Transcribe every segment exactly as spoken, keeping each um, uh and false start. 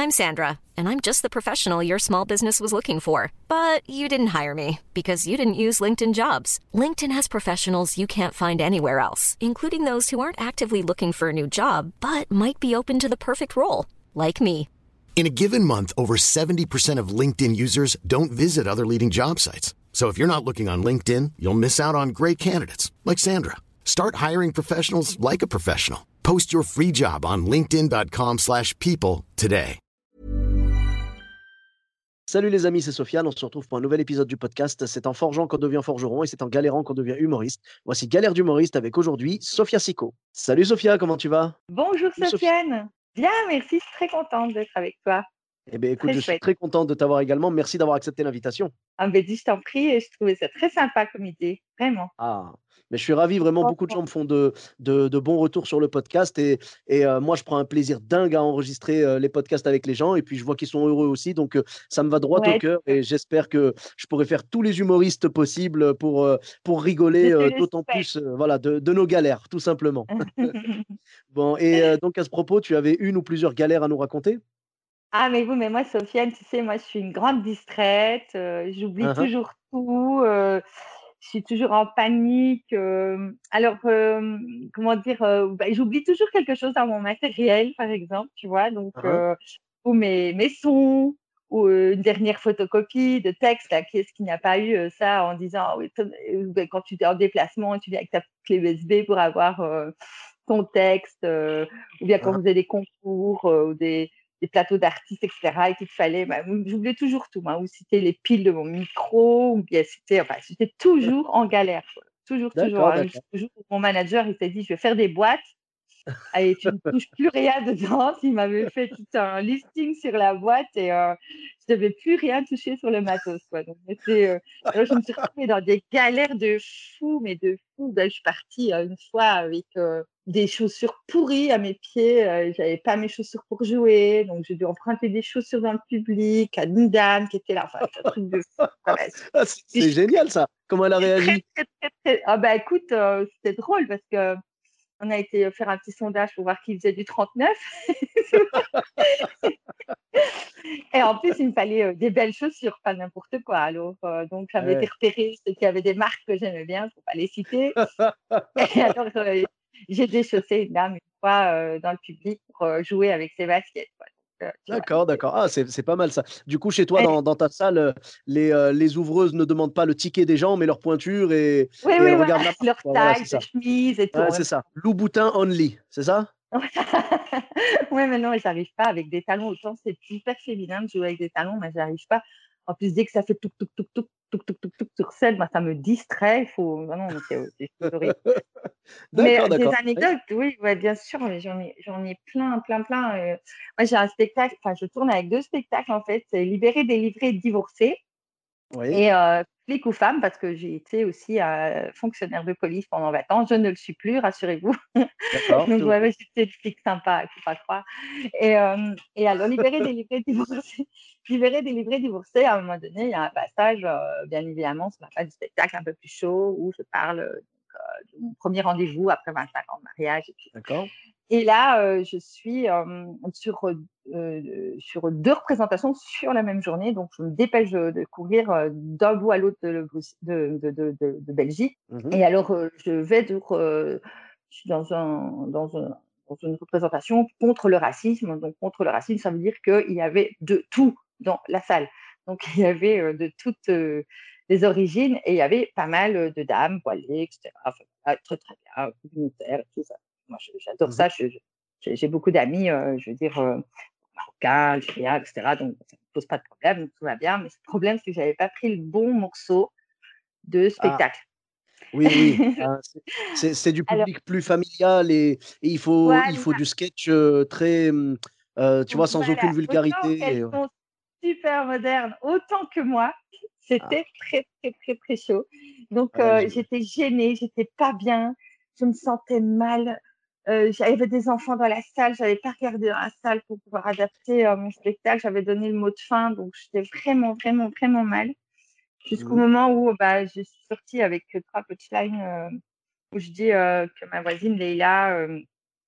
I'm Sandra, and I'm just the professional your small business was looking for. But you didn't hire me because you didn't use LinkedIn Jobs. LinkedIn has professionals you can't find anywhere else, including those who aren't actively looking for a new job, but might be open to the perfect role, like me. In a given month, over seventy percent of LinkedIn users don't visit other leading job sites. So if you're not looking on LinkedIn, you'll miss out on great candidates like Sandra. Start hiring professionals like a professional. Post your free job on linkedin.com slash people today. Salut les amis, c'est Sofiane. On se retrouve pour un nouvel épisode du podcast. C'est en forgeant qu'on devient forgeron et c'est en galérant qu'on devient humoriste. Voici Galère d'humoriste avec aujourd'hui Sophia Sicco. Salut Sophia, comment tu vas? Bonjour Salut, Sophia. Sofiane. Bien, merci. Je suis très contente d'être avec toi. Eh bien, écoute, Très je suis chouette. très content de t'avoir également. Merci d'avoir accepté l'invitation. Ah, ben, dis, je t'en prie, et je trouvais ça très sympa comme idée, vraiment. Ah, mais je suis ravi, vraiment, beaucoup de gens me font de, de, de bons retours sur le podcast et, et euh, moi, je prends un plaisir dingue à enregistrer euh, les podcasts avec les gens et puis je vois qu'ils sont heureux aussi, donc euh, ça me va droit au Ouais, cœur et j'espère que je pourrai faire tous les humoristes possibles pour, euh, pour je rigoler te euh, le d'autant souhaite. plus euh, voilà, de, de nos galères, tout simplement. Bon, et euh, donc à ce propos, tu avais une ou plusieurs galères à nous raconter? Ah, mais vous, mais moi, Sofiane, tu sais, moi, je suis une grande distraite, euh, j'oublie Hein, hein. toujours tout, euh, je suis toujours en panique. euh, alors, euh, comment dire, euh, bah, j'oublie toujours quelque chose dans mon matériel, par exemple, tu vois, donc, Hein, hein. euh, ou mes, mes sons, ou euh, une dernière photocopie de texte, là, qui est-ce qui n'a pas eu euh, ça en disant, ah oui, ton- euh, ben, quand tu es en déplacement, tu viens avec ta clé U S B pour avoir euh, ton texte, euh, ou bien quand Hein. vous avez des concours euh, ou des, des plateaux d'artistes, et cetera, et qu'il te fallait, bah, j'oubliais toujours tout, moi, ou c'était les piles de mon micro, ou bien c'était, enfin, j'étais toujours en galère, quoi. Toujours, toujours. D'accord, Un d'accord. jour, mon manager, il s'est dit, je vais faire des boîtes, et tu ne touches plus rien dedans. Il m'avait fait tout un listing sur la boîte et euh, je ne devais plus rien toucher sur le matos, quoi. Donc, c'était, euh, alors, je me suis retrouvée dans des galères de fou, mais de fou. Ben, je suis partie euh, une fois avec euh, des chaussures pourries à mes pieds. Euh, j'avais pas mes chaussures pour jouer, donc j'ai dû emprunter des chaussures dans le public à une dame qui était là. Enfin, c'est un truc de fou. Voilà. Ah, c'est Puis c'est je génial ça. Comment elle a suis très, réagi? très, très, très. Ah, bah écoute, euh, c'était drôle parce que on a été faire un petit sondage pour voir qui faisait du trente-neuf. Et en plus, il me fallait euh, des belles chaussures, pas n'importe quoi. Alors, euh, donc, j'avais été Ouais. repérée, c'est qu'il y avait des marques que j'aimais bien, pour pas les citer. Et alors, euh, j'ai déchaussé une dame une fois euh, dans le public pour euh, jouer avec ses baskets, quoi. Donc, euh, tu vois, D'accord, c'est- d'accord. Ah, c'est c'est pas mal ça. Du coup, chez toi, Eh, dans, dans ta salle, euh, les, euh, les ouvreuses ne demandent pas le ticket des gens, mais leur pointure et, oui, et elles oui, voilà, regardent la marque, leur quoi. Voilà, c'est taille de ça. chemise et tout Ouais, en c'est même ça. Louboutin only, c'est ça? temps. Ouais, mais non, j'arrive pas avec des talons. Autant c'est hyper féminin de jouer avec des talons, mais j'arrive pas. En plus, dès que ça fait touc, touc, touc, touc, touc, touc, touc, touc sur scène, moi, ça me distrait. Il faut... Non, non, mais c'est c'est horrible. D'accord, Mais des d'accord. Oui. anecdotes, oui, ouais, bien sûr, mais j'en ai, j'en ai plein, plein, plein. euh. Moi, j'ai un spectacle, enfin, je tourne avec deux spectacles, en fait. C'est Libéré, délivré, divorcé. Oui. Et euh, flic ou femme, parce que j'ai été aussi euh, fonctionnaire de police pendant vingt ans. Je ne le suis plus, rassurez-vous. D'accord. Donc, Tout- ouais, ouais, j'étais le flic sympa, il ne faut pas croire. Et, euh, et alors, libéré, délivré, divorcé. Libéré, délivré, divorcé, à un moment donné, il y a un passage, euh, bien évidemment, sur la fin du spectacle un peu plus chaud, où je parle euh, donc, euh, de mon premier rendez-vous après vingt-cinq ans de mariage. Et, puis... D'accord. et là, euh, je suis euh, sur, euh, sur deux représentations sur la même journée. Donc, je me dépêche de, de courir euh, d'un bout à l'autre de, de, de, de, de, de Belgique. Mhm. Et alors, euh, je vais donc, euh, je suis dans, un, dans, un, dans une représentation contre le racisme. Donc, contre le racisme, ça veut dire qu'il y avait de tout dans la salle. Donc, il y avait euh, de toutes euh, les origines et il y avait pas mal de dames voilées, et cetera. Enfin, voilà, très, très bien, communautaire, tout ça. Moi, je- j'adore Mhm. ça. Je- je- j'ai j'ai beaucoup d'amis, euh, je veux dire, euh, marocains, algériens, et cetera. Donc, ça ne me pose pas de problème, donc tout va bien. Mais le problème, c'est que je n'avais pas pris le bon morceau de Ah, spectacle. oui, oui. Ah, c'est c'est- c'est du Alors, public plus familial et, et il faut, il faut voilà, du sketch euh, très, hum, euh, tu vois, sans aucune voilà. Autant vulgarité. qu'elles et- ouais. sont super modernes, autant que moi, Ah, c'était très, très, très, très chaud. Donc, ouais, euh, je- j'étais gênée, j'étais pas bien, je me sentais mal. Euh, j'avais des enfants dans la salle, j'avais pas regardé dans la salle pour pouvoir adapter euh, mon spectacle. J'avais donné le mot de fin, donc j'étais vraiment, vraiment, vraiment mal. Jusqu'au Mhm. moment où bah, je suis sortie avec trois punchlines euh, où je dis euh, que ma voisine Leïla euh,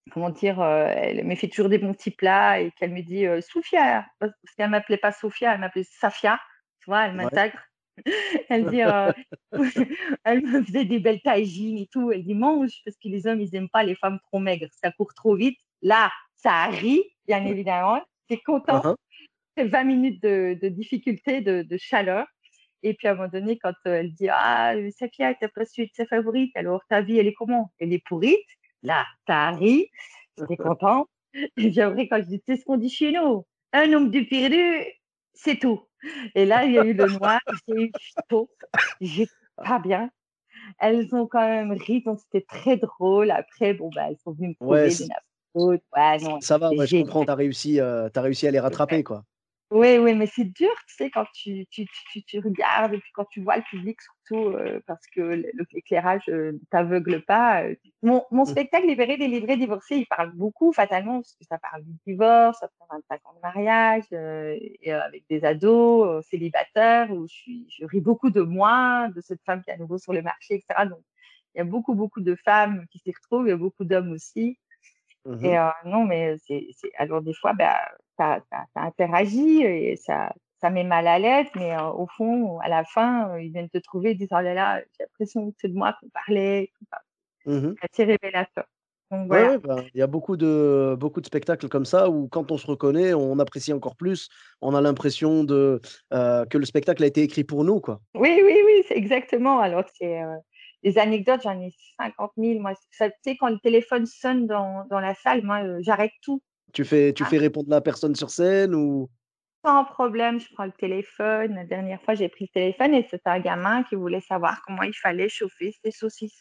comment dire, euh, elle me fait toujours des bons petits plats et qu'elle me dit euh, Sophia, parce qu'elle m'appelait pas Sophia, elle m'appelait Safia, tu vois, elle Ouais. m'intègre. Elle dit, euh, elle me faisait des belles tagines et tout. Elle dit mange parce que les hommes ils aiment pas les femmes trop maigres, ça court trop vite. Là, ça rit, bien évidemment. T'es content. Uhum. C'est vingt minutes de, de difficulté, de, de chaleur. Et puis à un moment donné, quand euh, elle dit ah Safia, t'as pas su être sa favorite, alors ta vie elle est comment? Elle est pourrite. Là, ça rit. J'étais content. Et puis après, quand je dis, c'est ce qu'on dit chez nous, un homme du perdu, c'est tout. Et là, il y a eu le noir, j'ai eu chaud, j'étais pas bien. Elles ont quand même ri, donc c'était très drôle. Après, bon, bah, elles sont venues me Ouais, trouver c- des nappes. Ouais, non, ça va, c'était ouais, je comprends. génial. T'as réussi, euh, t'as réussi à les Ouais. rattraper, quoi. Oui, oui, mais c'est dur, tu sais, quand tu, tu, tu, tu- tu regardes et puis quand tu vois le public, surtout euh, parce que le- le- l'éclairage euh, ne t'aveugle pas. euh. Mon, mon Mm. spectacle Libéré, délivré, divorcé, il parle beaucoup, fatalement, parce que ça parle du divorce, après vingt-cinq ans de mariage, euh, et, euh, avec des ados euh, célibataires, où je, suis, je ris beaucoup de moi, de cette femme qui est à nouveau sur le marché, et cetera. Donc, il y a beaucoup, beaucoup de femmes qui s'y retrouvent, il y a beaucoup d'hommes aussi. Et Mhm. euh, non, mais c'est, c'est... alors des fois, bah, ça, ça, ça interagit et ça, ça met mal à l'aise, mais euh, au fond, à la fin, euh, ils viennent te trouver, ils disent, oh là là, j'ai l'impression que c'est de moi qu'on parlait. Mhm. C'est assez révélateur. Donc Ouais, voilà. ouais, ben, il y a beaucoup de, beaucoup de spectacles comme ça où quand on se reconnaît, on apprécie encore plus. On a l'impression de, euh, que le spectacle a été écrit pour nous, quoi. Oui, oui, oui, c'est exactement. Alors, c'est euh, des anecdotes, j'en ai cinquante mille. Moi, ça, tu sais, quand le téléphone sonne dans, dans la salle, moi, euh, j'arrête tout. Tu fais, tu Hein. fais répondre la personne sur scène ou... Sans problème, je prends le téléphone. La dernière fois, j'ai pris le téléphone et c'était un gamin qui voulait savoir comment il fallait chauffer ses saucisses.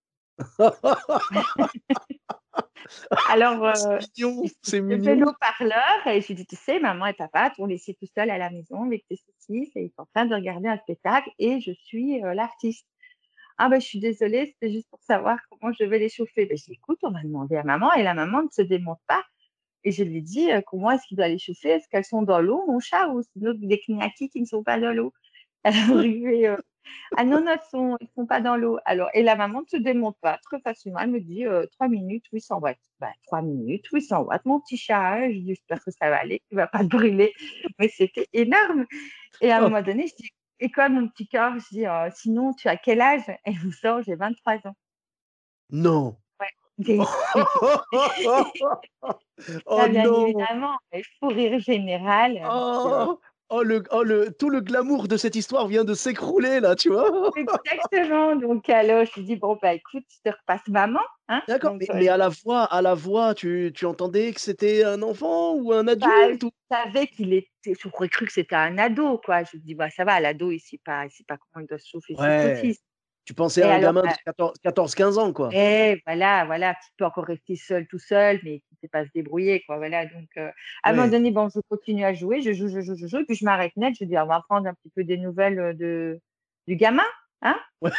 Alors, C'est euh, mignon, c'est je fais mignon. l'eau-parleur et je lui dis, tu sais, maman et papa t'ont laissé tout seul à la maison avec tes saucisses et ils sont en train de regarder un spectacle et je suis euh, l'artiste. Ah ben, je suis désolée, c'était juste pour savoir comment je vais les chauffer. Ben, je dis, écoute, on va demander à maman et la maman ne se démonte pas. Et je lui dis, euh, comment est-ce qu'il doit les chauffer? Est-ce qu'elles sont dans l'eau, mon chat, ou sinon des knackis qui ne sont pas dans l'eau? Alors, je vais, euh, ah non, non, elles sont, elles sont pas dans l'eau. Alors, et la maman ne se démonte pas très facilement. Elle me dit euh, trois minutes, huit cents watts. Ben, trois minutes, huit cents watts, mon petit chat. Hein. Je dis, j'espère que ça va aller, qu'il ne va pas te brûler. Mais c'était énorme. Et à un Oh, moment donné, je dis, et quoi, mon petit cœur? Je dis, euh, sinon, tu as quel âge? Elle vous sort, j'ai vingt-trois ans. non. Ouais. J'ai- j'ai dit, Oh là, bien non. évidemment, il faut rire général. euh, puis, euh, Oh, oh, le, oh, le, tout le glamour de cette histoire vient de s'écrouler là, tu vois. exactement. Donc, alors, je lui dis, bon, bah, écoute, je te repasse maman. Hein? D'accord, Donc, mais, euh, mais à la voix, à la voix, tu, tu entendais que c'était un enfant ou un bah, je adulte ou... savais qu'il était, j'aurais cru que c'était un ado, quoi. Je me dis, bah, ça va, l'ado, il sait pas, il sait pas comment il doit se chauffer ses Ouais, saucisses. tu pensais Et à un alors, gamin de bah, quatorze quinze ans, quoi. et voilà, voilà, qui peut encore rester seul, tout seul, mais qui ne sait pas se débrouiller, quoi. Voilà. Donc, euh, à un moment Ouais. donné, bon, je continue à jouer, je joue, je joue, je joue, puis je m'arrête net. Je dis, on va prendre un petit peu des nouvelles euh, de, du gamin, hein.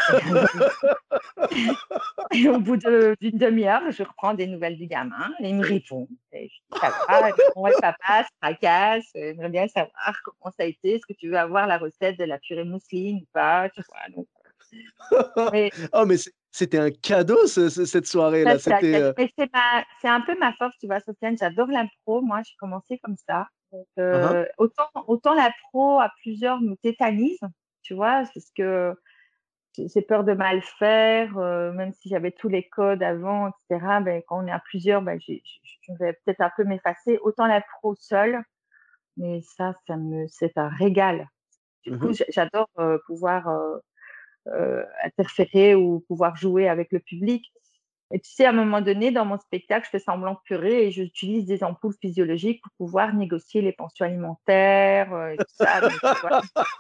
Et au bout de- d'une demi-heure, je reprends des nouvelles du gamin et il me répond. Et je dis, ça va, il me répond, ouais, papa, se tracasse, euh, j'aimerais bien savoir comment ça a été, est-ce que tu veux avoir la recette de la purée mousseline ou pas, tu vois. Donc, mais Oh, mais c'est- c'était un cadeau ce- ce- cette ça, soirée-là. c'est la C'était. qualité. euh, Mais c'est ma, c'est un peu ma force, tu vois, Sofiane. J'adore l'impro. Moi, j'ai commencé comme ça. Donc, hein, euh, autant, autant l'impro à plusieurs me tétanise, tu vois, parce que j'ai j'ai peur de mal faire, euh, même si j'avais tous les codes avant, et cetera. Ben, quand on est à plusieurs, ben, j'ai- j'ai- je vais peut-être un peu m'effacer. Autant l'impro seule, mais ça, ça me, c'est un régal. Du coup, mhm. j'- j'adore euh, pouvoir euh, euh, interférer ou pouvoir jouer avec le public. Et tu sais, à un moment donné, dans mon spectacle, je fais semblant de pleurer et j'utilise des ampoules physiologiques pour pouvoir négocier les pensions alimentaires euh, et tout ça. Donc, tu vois.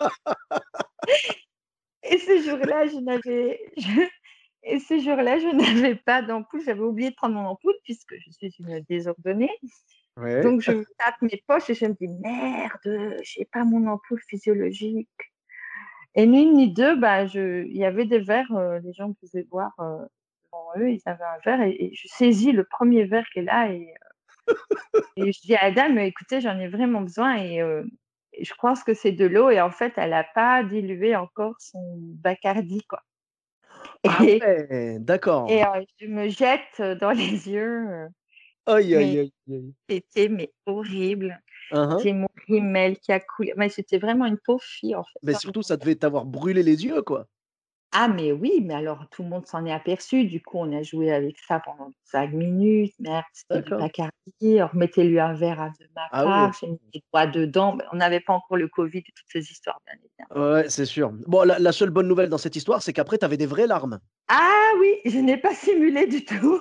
Et ce jour-là, je n'avais, je- et ce jour-là, je n'avais pas d'ampoule. J'avais oublié de prendre mon ampoule puisque je suis une désordonnée. Ouais. Donc, je tâte mes poches et je me dis, merde, j'ai pas mon ampoule physiologique. Et ni une ni deux, bah, je, il y avait des verres, euh, les gens pouvaient boire euh, devant eux, ils avaient un verre et, et je saisis le premier verre qui est là et, et je dis à Adam, écoutez, j'en ai vraiment besoin et, euh, et je pense que c'est de l'eau et en fait, elle n'a pas dilué encore son Bacardi, quoi. Ah Et, ouais, d'accord. et euh, je me jette dans les yeux. euh, Aïe, Mais aïe, aïe, aïe. c'était mais horrible. Hein, hein. J'ai mon rímel qui a coulé. Mais j'étais vraiment une pauvre fille, en fait, Mais vraiment. surtout, ça devait t'avoir brûlé les yeux, quoi. Ah mais oui, mais alors tout le monde s'en est aperçu. Du coup, on a joué avec ça pendant cinq minutes. Merde, c'était du D'accord. Bacardi. Remettez-lui un verre à de ma Ah part. ouais. J'ai mis mes doigts dedans. Mais on n'avait pas encore le covid et toutes ces histoires, bien évidemment. Ouais, c'est sûr. Bon, la la seule bonne nouvelle dans cette histoire, c'est qu'après, tu avais des vraies larmes. Ah oui, je n'ai pas simulé du tout.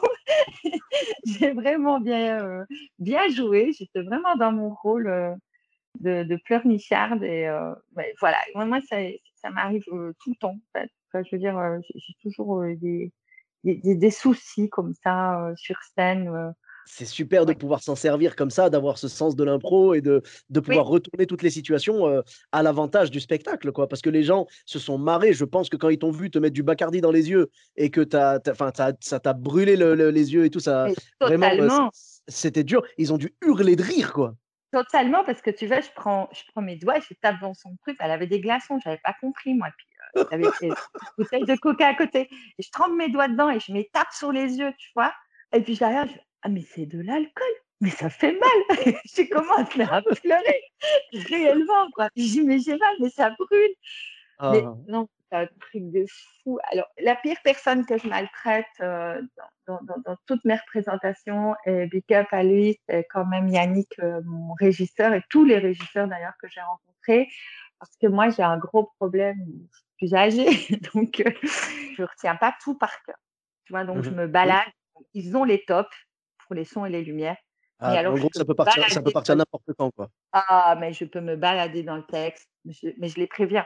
J'ai vraiment bien, heu, bien joué. J'étais vraiment dans mon rôle, heu, de de pleurnicharde et heu, ouais, voilà. Moi moi, ça ça m'arrive, heu, tout le temps, en fait. Enfin, je veux dire, heu, j'ai j'ai toujours, heu, des des des des soucis comme ça, heu, sur scène, heu, C'est super de ouais. pouvoir s'en servir comme ça, d'avoir ce sens de l'impro et de de Oui, pouvoir retourner toutes les situations, heu, à l'avantage du spectacle, quoi. Parce que les gens se sont marrés. Je pense que quand ils t'ont vu te mettre du Bacardi dans les yeux et que tu as enfin, tu ça t'a brûlé le le les yeux et tout, ça mais vraiment, heu, c totalement, c'était dur. Ils ont dû hurler de rire, quoi. totalement parce que tu vois, je prends je prends mes doigts et je tape dans son truc. Elle avait des glaçons, j'avais pas compris moi. Puis, heu, j'avais une bouteille de coca à côté et je trempe mes doigts dedans et je me tape sur les yeux, tu vois? Et puis je la regarde, je fais: «Ah mais c'est de l'alcool, mais ça fait mal!» J'ai commencé à pleurer réellement quoi. Je dis: «Mais j'ai mal, mais ça brûle!» Mais Ah, non, c'est un truc de fou. Alors, la pire personne que je maltraite, heu, dans dans dans dans toutes mes représentations et big up à lui, c'est quand même Yannick, heu, mon régisseur et tous les régisseurs d'ailleurs que j'ai rencontrés. Parce que moi, j'ai un gros problème, je suis plus âgée, donc heu, je retiens pas tout par cœur. Tu vois? Donc je mmh me mh. balade. Ils ont les tops pour les sons et les lumières, mais Ah, alors en je gros, peux ça me peut partir ça peut balader partir dans le n'importe quand, quoi. ah, mais je peux me balader dans le texte, je mais je les préviens.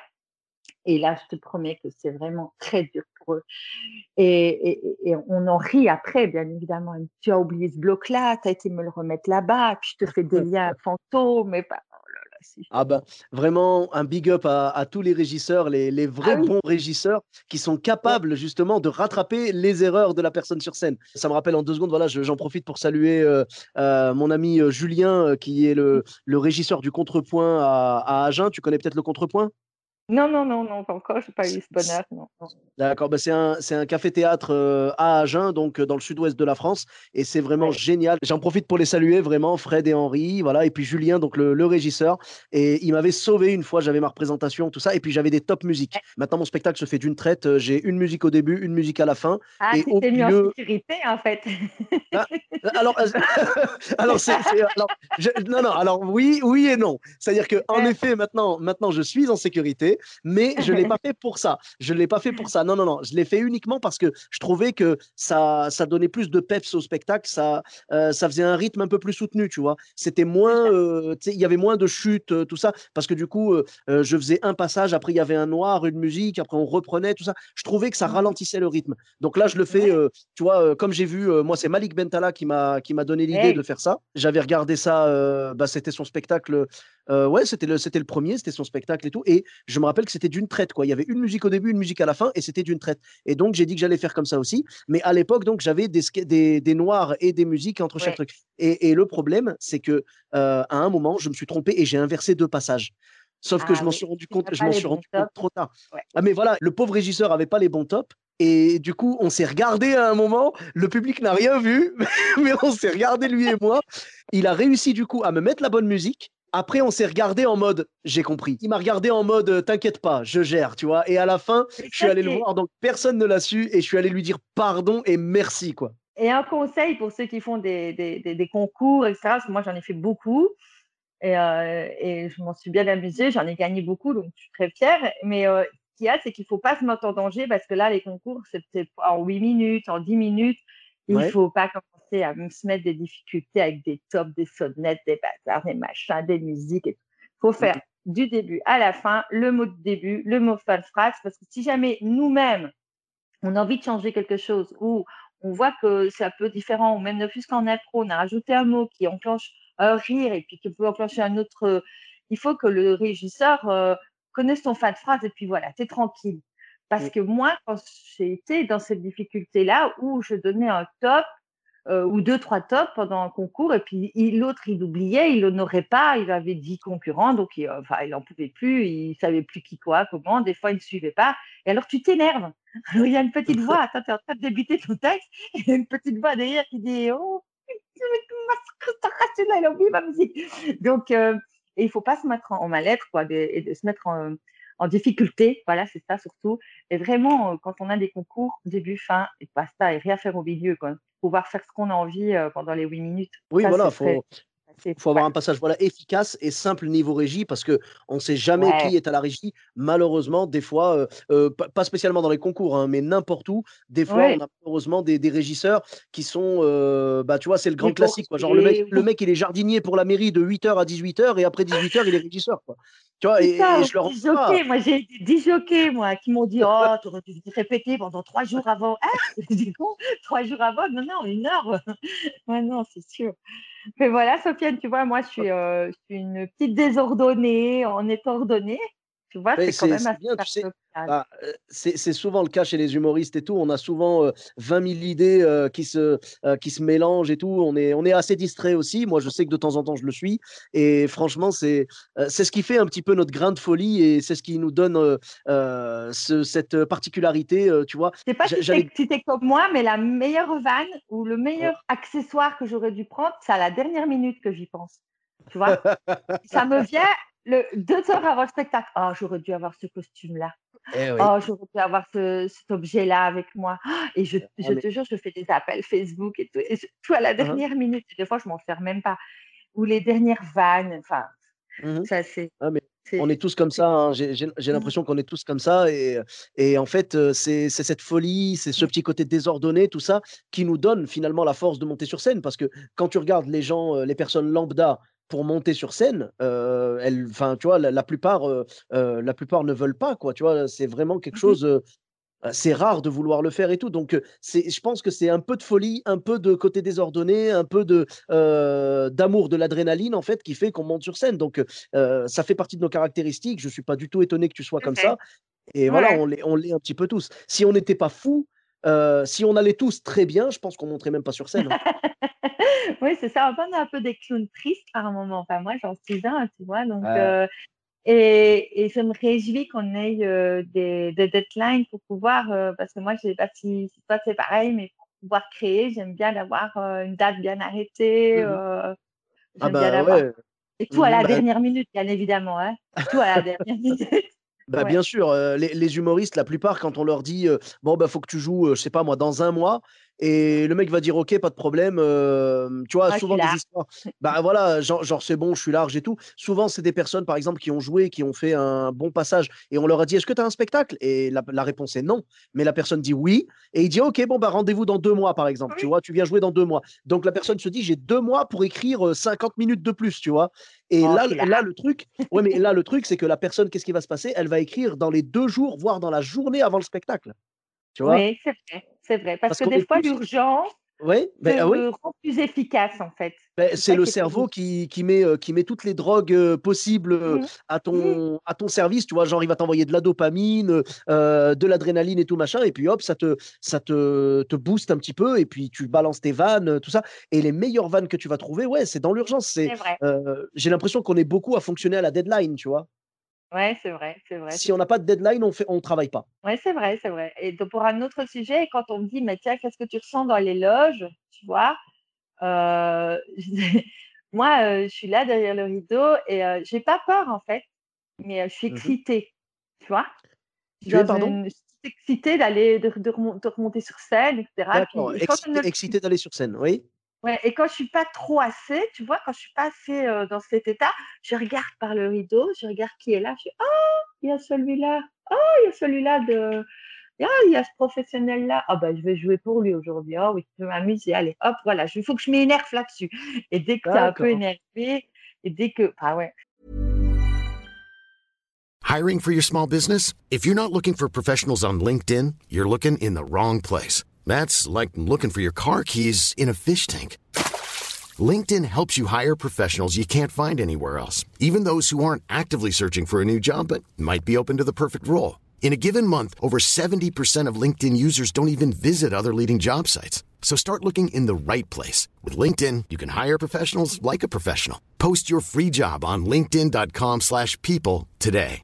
Et là, je te promets que c'est vraiment très dur pour eux. Et, et, et on en rit après, bien évidemment. Ils me disent, tu as oublié ce bloc-là, tu as été me le remettre là-bas, puis je te fais des liens fantômes. Et pas... Oh là là, si je... Ah bah, vraiment un big up à à tous les régisseurs, les les vrais Ah oui, bons régisseurs qui sont ouais, capables justement de rattraper les erreurs de la personne sur scène. Ça me rappelle en deux secondes, voilà, je j'en profite pour saluer, heu heu, mon ami, heu, Julien, heu, qui est le le régisseur du Contrepoint à à Agen. Tu connais peut-être le Contrepoint? non, non, non, non, pas encore, je n'ai pas eu ce bonheur. Non, non. D'accord, bah, c'est un c'est un café-théâtre, heu, à Agen, donc heu, dans le sud-ouest de la France et c'est vraiment Ouais. génial. J'en profite pour les saluer vraiment, Fred et Henri, voilà et puis Julien, donc le le régisseur et il m'avait sauvé une fois, j'avais ma représentation, tout ça et puis j'avais des top musiques. Maintenant mon spectacle se fait d'une traite, heu, j'ai une musique au début, une musique à la fin Ah, et tu au t'es mis en milieu sécurité, en fait. ah, alors, heu, alors c'est c'est alors je non, non, alors oui oui et non. C'est-à-dire qu'en Ouais. effet maintenant maintenant je suis en sécurité, mais je l'ai pas fait pour ça. Je l'ai pas fait pour ça. Non, non, non, je l'ai fait uniquement parce que je trouvais que ça ça donnait plus de peps au spectacle, ça, heu, ça faisait un rythme un peu plus soutenu, tu vois? C'était C'est moins, ça. heu, tu sais, il y avait moins de chutes, heu, tout ça, parce que du coup, heu heu, je faisais un passage, après il y avait un noir, une musique, après on reprenait, tout ça. Je trouvais que ça Mhm. ralentissait le rythme. Donc là, je le fais, Ouais. heu, tu vois, heu, comme j'ai vu, heu, moi, c'est Malik Bentala qui m'a qui m'a donné l'idée de Hey. faire ça. J'avais regardé ça, heu, bah, c'était son spectacle, heu, ouais, c'était le c'était le premier, c'était son spectacle et tout et je me rappelle que c'était d'une traite, quoi. Il y avait une musique au début, une musique à la fin et c'était d'une traite et donc j'ai dit que j'allais faire comme ça aussi. Mais à l'époque, donc j'avais des sk des des noirs et des musiques entre chaque Ouais. truc et et le problème, c'est que, heu, à un moment, je me suis trompé et j'ai inversé deux passages. Sauf que je Ah m'en oui, suis rendu tu compte n'as je pas m'en les suis bons rendu compte tops. trop tard. Ouais. Ah mais voilà, le pauvre régisseur avait pas les bons tops et du coup, on s'est regardé à un moment, le public n'a rien vu, mais on s'est regardé lui et moi. Il a réussi du coup à me mettre la bonne musique. Après, on s'est regardé en mode j'ai compris. Il m'a regardé en mode euh, t'inquiète pas, je gère, tu vois. Et à la fin, Mais je suis ça, allé le c'est voir, donc personne ne l'a su et je suis allé lui dire pardon et merci, quoi. et un conseil pour ceux qui font des des des des concours et cetera, parce que moi j'en ai fait beaucoup et heu et je m'en suis bien amusée, j'en ai gagné beaucoup donc je suis très fière. Mais heu, ce qu'il y a, c'est qu'il faut pas se mettre en danger parce que là, les concours, c'est peut-être en huit minutes, en dix minutes. Il Ouais. faut pas commencer à me se mettre des difficultés avec des tops, des sonnettes, des bazars, des machins, des musiques et tout. Faut faire Mhm. du début à la fin, le mot de début, le mot fin de phrase parce que si jamais nous-mêmes on a envie de changer quelque chose ou on voit que c'est un peu différent, ou même ne plus qu'en impro, on a rajouté un mot qui enclenche un rire et puis qui peut enclencher un autre. euh, Il faut que le régisseur euh, connaisse ton fin de phrase et puis voilà, t'es tranquille. Parce que moi, quand j'ai été dans cette difficulté-là où je donnais un top, euh, ou deux, trois tops pendant un concours, et puis il- l'autre, il oubliait, il n'honorait pas, il avait dix concurrents, donc il, euh, enfin, il n'en pouvait plus, il savait plus qui, quoi, comment, des fois, il ne suivait pas, et alors tu t'énerves. Alors il y a une petite voix, attends, tu es en train de débuter ton texte, et il y a une petite voix derrière qui dit, oh, celui-là, il a oublié ma musique. Donc, euh, et il faut pas se mettre en, en mal-être, quoi, de, et de se mettre en, en difficulté. Voilà, c'est ça surtout. Et vraiment, euh, quand on a des concours, début, fin, et basta, et rien faire au milieu, quoi. Pouvoir faire ce qu'on a envie euh, pendant les huit minutes. Oui, Ça, voilà, c'est très, faut c'est, faut ouais, avoir un passage voilà, efficace et simple niveau régie parce qu'on ne sait jamais ouais, qui est à la régie. Malheureusement, des fois, euh, euh, pas, pas spécialement dans les concours, hein, mais n'importe où, des fois, on ouais, a malheureusement des, des régisseurs qui sont, euh, bah, tu vois, c'est le grand classique. Quoi. Genre, le mec, déporté, le oui. mec, il est jardinier pour la mairie de huit heures à dix-huit heures et après dix-huit heures, il est régisseur. Quoi. Tu vois, C'est et, et ça, je leur en dix veux pas. jockeys. Moi, j'ai été dix jockeys, moi, qui m'ont dit, oh, tu aurais dû répéter pendant trois jours avant. Ah, je dis, bon, trois jours avant? Non, non, une heure. Ouais, non, c'est sûr. Mais voilà, Sofiane, tu vois, moi, je suis, euh, je suis une petite désordonnée, en étant ordonnée. Tu vois, Mais c'est quand c'est même c'est assez bien, tu sais. paradoxal. Bah, heu, c'est c'est souvent le cas chez les humoristes et tout. On a souvent, heu, vingt mille idées, heu, qui se, heu, qui se mélangent et tout. On est on est assez distrait aussi. Moi, je sais que de temps en temps, je le suis et franchement, c'est, heu, c'est ce qui fait un petit peu notre grain de folie et c'est ce qui nous donne, heu heu, ce cette particularité, heu, tu vois? Je sais pas J'a si j'avais t'es, si t'es comme moi, mais la meilleure vanne ou le ouais. meilleur accessoire que j'aurais dû prendre, c'est à la dernière minute que j'y pense. Tu vois? Ça me vient le deux heures avant le spectacle. Oh, j'aurais dû avoir ce costume-là. Eh oui. Oh, j'aurais pu avoir ce, cet objet-là avec moi. Ah, et je, Ah je mais te jure, je fais des appels Facebook et tout, et je- tout à la hein, hein. dernière minute. Des fois, je m'en sers même pas. Ou les dernières vannes. Enfin, Mmh. ça, c'est, Ah mais c'est, on est tous comme c'est- ça, hein. J'ai j'ai j'ai Mm, l'impression qu'on est tous comme ça et et en fait, heu, c'est c'est cette folie, c'est ce mm, petit côté désordonné, tout ça, qui nous donne finalement la force de monter sur scène. Parce que quand tu regardes les gens, heu, les personnes lambda pour monter sur scène, heu, elles enfin, tu vois, la la plupart, heu heu, la plupart ne veulent pas, quoi, tu vois? C'est vraiment quelque mhm. chose, heu Heu, c'est rare de vouloir le faire et tout, donc heu, c'est je pense que c'est un peu de folie, un peu de côté désordonné, un peu de, heu, d'amour de l'adrénaline, en fait, qui fait qu'on monte sur scène, donc heu heu, ça fait partie de nos caractéristiques. Je suis pas du tout étonné que tu sois C'est comme vrai. ça et voilà, Ouais. on l'est on l'est un petit peu tous. Si on n'était pas fous, heu, si on allait tous très bien, je pense qu'on monterait même pas sur scène, hein. Oui, c'est ça. On est un peu des clowns tristes par moment. Enfin, moi, j'en suis un, tu vois. Donc, Heu, euh, et, et je me réjouis qu'on ait euh, des, des deadlines pour pouvoir, euh, parce que moi, je sais pas si, si toi c'est pareil, mais pour pouvoir créer, j'aime bien d'avoir euh, une date bien arrêtée. mmh mh. euh, Ah j'aime bien bah, d'avoir. ouais, Et tout à mmh la mh, bah dernière minute, bien évidemment, hein. Tout à la dernière minute. Bah, Ouais. bien sûr, heu, les les humoristes, la plupart, quand on leur dit, heu: «Bon, bah, faut que tu joues, heu, je sais pas moi, dans un mois» et le mec va dire: «OK, pas de problème», hem, tu vois? Moi, je suis Souvent des là. histoires bah, voilà, genre genre: «C'est bon, je suis large et tout». Souvent, c'est des personnes, par exemple, qui ont joué, qui ont fait un bon passage et on leur a dit: «Est-ce que tu as un spectacle?» et la la réponse est non, mais la personne dit: «Oui» et il dit: «OK, bon, bah, rendez-vous dans deux mois», par exemple, tu Oui. vois? Tu viens jouer dans deux mois. Donc la personne se dit: «J'ai deux mois pour écrire, heu, cinquante minutes de plus», tu vois? Et Oh, je là suis là. là, le truc ouais, mais là, le truc, c'est que la personne, qu'est-ce qui va se passer? Elle va écrire dans les deux jours, voire dans la journée avant le spectacle, tu vois? Oui, c'est vrai. C'est vrai. Parce Parce que qu'on des est fois, tous l'urgence ouais, beh, ah oui, te rend plus efficace, en fait. beh, C'est c'est ça le qui est cerveau terrible. qui qui met, heu, qui met toutes les drogues, heu, possibles, heu, Mhm. à Mhm. ton à ton service, tu vois? Genre, il va t'envoyer de la dopamine, heu heu, de l'adrénaline et tout machin et puis hop, ça te ça te te booste un petit peu et puis tu balances tes vannes, heu, tout ça et les meilleures vannes que tu vas trouver, ouais, c'est dans l'urgence. C'est, C'est vrai. heu, j'ai l'impression qu'on est beaucoup à fonctionner à la deadline, tu vois? Ouais, c'est vrai, c'est vrai. Si on n'a pas de deadline, on fait on travaille pas. Ouais, c'est vrai, c'est vrai. Et donc, pour un autre sujet, quand on me dit, mais tiens, qu'est-ce que tu ressens dans les loges, tu vois, euh, moi, euh, je suis là derrière le rideau et euh, j'ai pas peur, en fait, mais euh, je suis Mmh mh. excitée, tu vois. Je suis Tu es, dans pardon? une, je suis excitée d'aller, de, de remon- de remonter sur scène, et cetera. D'accord, Puis, et quand je ne excité le excité d'aller sur scène, oui? Ouais, et quand je suis pas trop assez, tu vois, quand je suis pas assez euh, dans cet état, je regarde par le rideau, je regarde qui est là, je fais, oh, il y a celui-là, oh, il y a celui-là de, ah, il y a ce professionnel-là, ah ben je vais jouer pour lui aujourd'hui, oh oui, je vais m'amuser, allez, hop, voilà, il faut que je m'énerve là-dessus. Et dès que tu es un peu D'accord. énervé, et dès que, ah ouais, Hiring for your small business? If you're not looking for professionals on LinkedIn, you're looking in the wrong place. That's like looking for your car keys in a fish tank. LinkedIn helps you hire professionals you can't find anywhere else, even those who aren't actively searching for a new job but might be open to the perfect role. In a given month, over seventy percent of LinkedIn users don't even visit other leading job sites. So start looking in the right place. With LinkedIn, you can hire professionals like a professional. Post your free job on linkedin.com slash people today.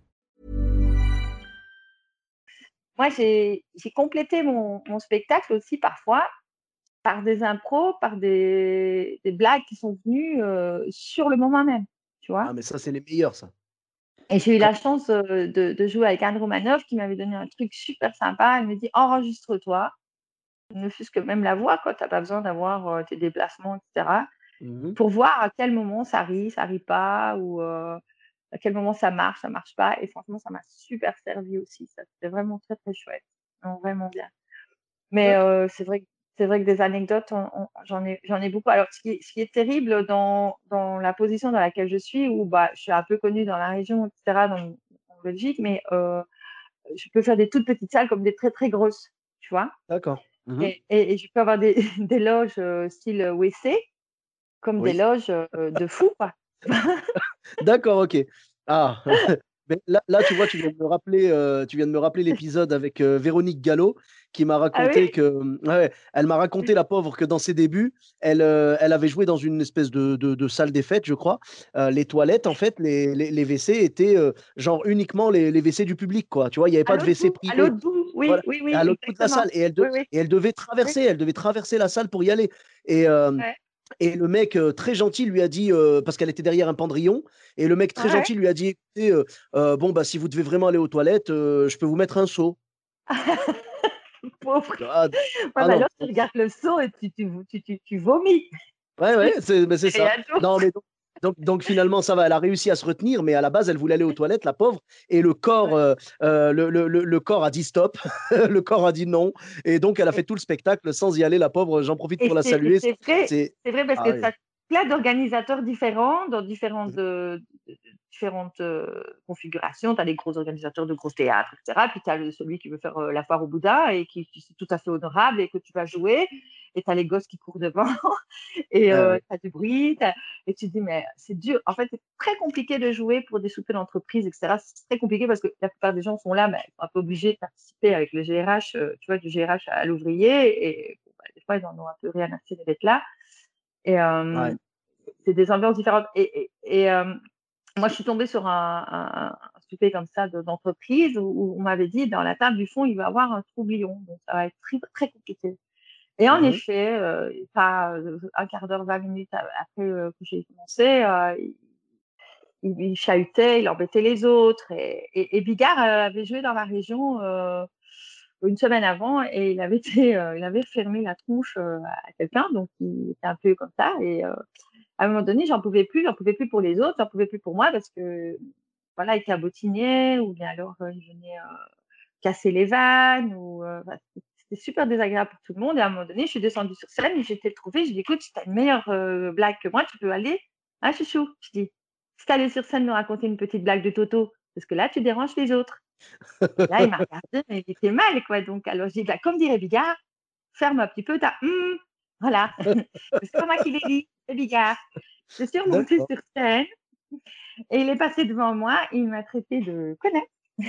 moi j'ai j'ai complété mon, mon spectacle aussi parfois par des impros, par des, des blagues qui sont venues euh, sur le moment même, tu vois. Ah, mais ça, c'est les meilleurs, ça. Et j'ai eu Quand... la chance euh, de, de jouer avec Anne Romanoff qui m'avait donné un truc super sympa. Elle me dit enregistre-toi, ne fût-ce que même la voix, quoi. Tu n'as pas besoin d'avoir euh, tes déplacements, et cetera. Mhm. Pour voir à quel moment ça rit, ça rit pas, ou euh, à quel moment ça marche, ça marche pas. Et franchement, ça m'a super servi aussi. Ça, c'était vraiment très, très chouette. Non, vraiment bien. Mais D'accord. euh, c'est vrai, que- c'est vrai que des anecdotes, on- on- j'en ai, j'en ai beaucoup. Alors, ce qui, est- ce qui est terrible dans, dans la position dans laquelle je suis, où bah, je suis un peu connue dans la région, et cetera, dans, en Belgique, mais euh, je peux faire des toutes petites salles comme des très, très grosses, tu vois. D'accord. Mhm. Et, et, et je peux avoir des, des loges euh, style W C, comme des Oui. loges euh, de fous, quoi. D'accord, ok. Ah, mais là, là, tu vois, tu viens de me rappeler, euh, tu viens de me rappeler l'épisode avec euh, Véronique Gallo qui m'a Ah oui? raconté que, euh, ouais, elle m'a raconté la pauvre que dans ses débuts, elle, euh, elle avait joué dans une espèce de, de, de salle des fêtes, je crois. Euh, les toilettes, en fait, les, les, les W C étaient euh, genre uniquement les, les W C du public, quoi. Tu vois, il n'y avait À pas de l'autre W C bout, à privé. l'autre bout, oui, Voilà, oui, à oui, l'autre bout de la exactement. salle. Et elle, de- Oui, oui, et elle devait oui, traverser, elle devait traverser la salle pour y aller. Et, euh, ouais, et le mec euh, très gentil lui a dit, euh, parce qu'elle était derrière un pendrillon, et le mec très ouais. gentil lui a dit, écoutez, euh, euh, bon, bah, si vous devez vraiment aller aux toilettes, euh, je peux vous mettre un seau. Pauvre. Ah, Ouais, ah mais non, alors tu regardes le saut et tu, tu, tu, tu, tu vomis. ouais, ouais, c'est mais c'est C'est ça. rien Non, d'autre. mais donc, donc, donc finalement, ça va, elle a réussi à se retenir, mais à la base, elle voulait aller aux toilettes, la pauvre, et le corps, Ouais. euh, euh, le, le, le, le corps a dit stop, le corps a dit non, et donc elle a fait Et, tout le spectacle sans y aller, la pauvre, j'en profite et pour la c'est et saluer. c'est vrai, C'est, c'est vrai parce ah que tu oui. as plein d'organisateurs différents dans différentes, euh, différentes euh, configurations. Tu as des gros organisateurs de gros théâtres, et cetera. Puis tu as celui qui veut faire euh, la foire au Bouddha et qui, qui c'est tout à fait honorable et que tu vas jouer. Et tu as les gosses qui courent devant et Ouais, euh, ouais. tu as du bruit. t'as- Et tu te dis, mais c'est dur. En fait, c'est très compliqué de jouer pour des soupers d'entreprise, et cetera. C'est très compliqué parce que la plupart des gens sont là, mais ils sont un peu obligés de participer avec le G R H, euh, tu vois, du G R H à l'ouvrier. Et bon, bah, des fois, ils en ont un peu rien à cirer d'être là. Et euh, Ouais. c'est des ambiances différentes. Et, et, et euh, moi, je suis tombée sur un, un, un souper comme ça de- d'entreprise où, où on m'avait dit, dans la table du fond, il va y avoir un troublion. Donc, ça va être très, très compliqué. Et en Mhm. effet, euh, pas euh, un quart d'heure, vingt minutes a- après euh, que j'ai commencé, euh, il, il- il chahutait, il embêtait les autres. Et, et, et Bigard euh, avait joué dans la région euh, une semaine avant et il avait été, euh, il avait fermé la tronche euh, à quelqu'un, donc il était un peu comme ça. Et euh, à un moment donné, j'en pouvais plus, j'en pouvais plus pour les autres, j'en pouvais plus pour moi parce que voilà, il cabotinait ou bien alors euh, il venait euh, casser les vannes ou euh, enfin, c'était super désagréable pour tout le monde. Et à un moment donné, je suis descendue sur scène et j'ai été le trouver. Je dis écoute, si tu as une meilleure euh, blague que moi, tu peux aller. Hein, chouchou, je dis si tu allais sur scène me raconter une petite blague de Toto, parce que là, tu déranges les autres. Et là, il m'a regardé, mais il était mal, quoi. Donc, alors, je dis, bah, comme dirait Bigard, ferme un petit peu ta hum, voilà. C'est pas moi qui l'ai dit, c'est Bigard. Je suis remontée D'accord. sur scène et il est passé devant moi, il m'a traité de connasse.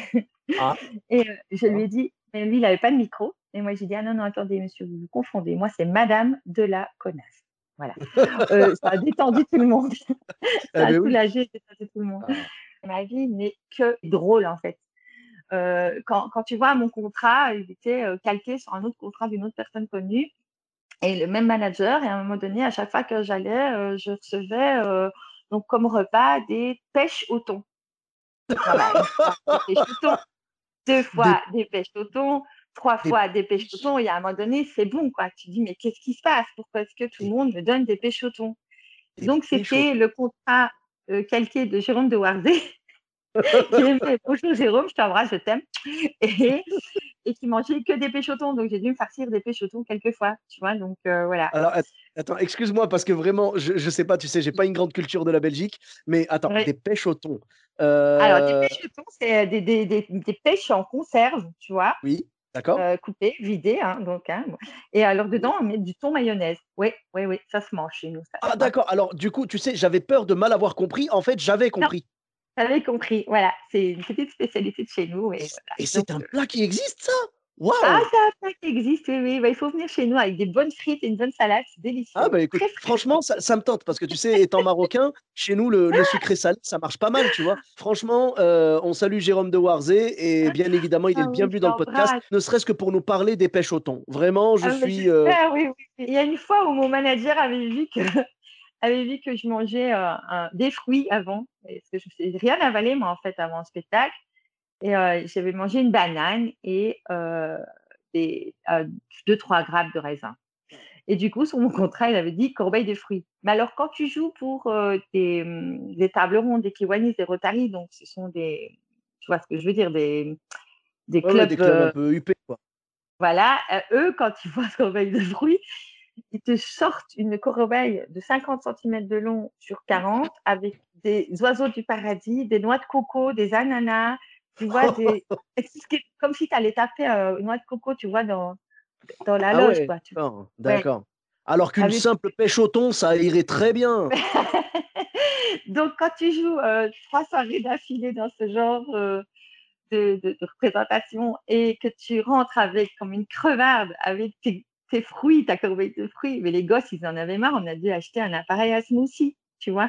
Ah, Et euh, je lui ah. ai dit, mais lui, il n'avait pas de micro. Et moi, j'ai dit, ah non, non, attendez, monsieur, vous vous confondez. Moi, c'est Madame de la connasse. Voilà. Euh, ça a détendu tout le monde. Eh Ça a ben oui. soulagé, détendu tout le monde. Ah. Ma vie n'est que drôle, en fait. Euh, quand, quand tu vois mon contrat, il était euh, calqué sur un autre contrat d'une autre personne connue et le même manager. Et à un moment donné, à chaque fois que j'allais, euh, je recevais euh, donc comme repas des pêches au thon. Voilà, une fois des pêches au thon, deux Des, fois des pêches au thon, trois des fois des pêches au pêches, thon. Et à un moment donné, c'est bon, quoi. Tu dis, mais qu'est-ce qui se passe? Pourquoi est-ce que tout le des, monde me donne des pêches au thon? des Donc, pêches au c'était le contrat euh, calqué de Jérôme de Warzé qui aimait bonjour Jérôme, je t'embrasse, je t'aime. Et, et qui mangeait que des péchotons. Donc, j'ai dû me farcir des péchotons quelques fois, tu vois. Donc, euh, voilà. Alors, att- attends, excuse-moi parce que vraiment, je, je sais pas, tu sais, j'ai pas une grande culture de la Belgique, mais attends, Ouais. des pêches au thon. Alors, des Euh, péchotons, c'est des, des, des, des pêches en conserve, tu vois, oui, d'accord. euh, coupées, vidées. Hein, donc, hein, bon. Et alors, dedans, on met du thon mayonnaise. Oui, oui, oui, ça se mange chez nous, ça, Ah, tu vois. d'accord. Alors, du coup, tu sais, j'avais peur de mal avoir compris. En fait, j'avais Non, compris. tu avais compris. Voilà, c'est une petite spécialité de chez nous. Et, Et voilà. et Donc, c'est un euh, plat qui existe, ça? Ah, Waouh! ça ça qui existe, oui, oui. Bah, il faut venir chez nous avec des bonnes frites et une bonne salade, c'est Ah délicieux. bah écoute, Très frais. franchement, ça, ça me tente parce que tu sais, étant marocain, chez nous, le, le sucré salé, ça marche pas mal, tu vois. Franchement, euh, on salue Jérôme de Warzé et bien évidemment, il est Ah le oui, bienvenu je dans le podcast, l'embrasse. ne serait-ce que pour nous parler des pêches au thon. Vraiment, je Ah mais suis. euh, j'espère, oui, oui. Il y a une fois où mon manager avait vu que avait vu que je mangeais, heu, un des fruits avant, parce que je n'ai rien avalé moi, en fait, avant le spectacle et heu, j'avais mangé une banane et heu, des, heu, deux trois grammes de raisin et du coup, sur mon contrat, il avait dit: «Corbeille de fruits». Mais alors quand tu joues pour, heu, des, mmh, des tables rondes, des Kiwanis, des Rotary, donc ce sont des tu vois ce que je veux dire? Des des Ouais, ouais, des clubs, clubs un heu, peu huppés, quoi. voilà, heu, eux, quand ils voient corbeille de fruits, ils te sortent une corbeille de cinquante centimètres de long sur quarante avec des oiseaux du paradis, des noix de coco, des ananas, tu vois? Des et c'est ce qui est comme si tu allais taper, heu, une noix de coco, tu vois? Dans dans la Ah loge, ouais, quoi, tu d'accord, ouais, d'accord. Alors qu'une avec simple pêche au thon, ça irait très bien. donc quand tu joues, heu, trois soirées d'affilée dans ce genre, heu, de de de représentation et que tu rentres avec comme une crevarde avec tes tes fruits, ta corbeille de fruits, mais les gosses, ils en avaient marre, on a dû acheter un appareil à smoothie, tu vois?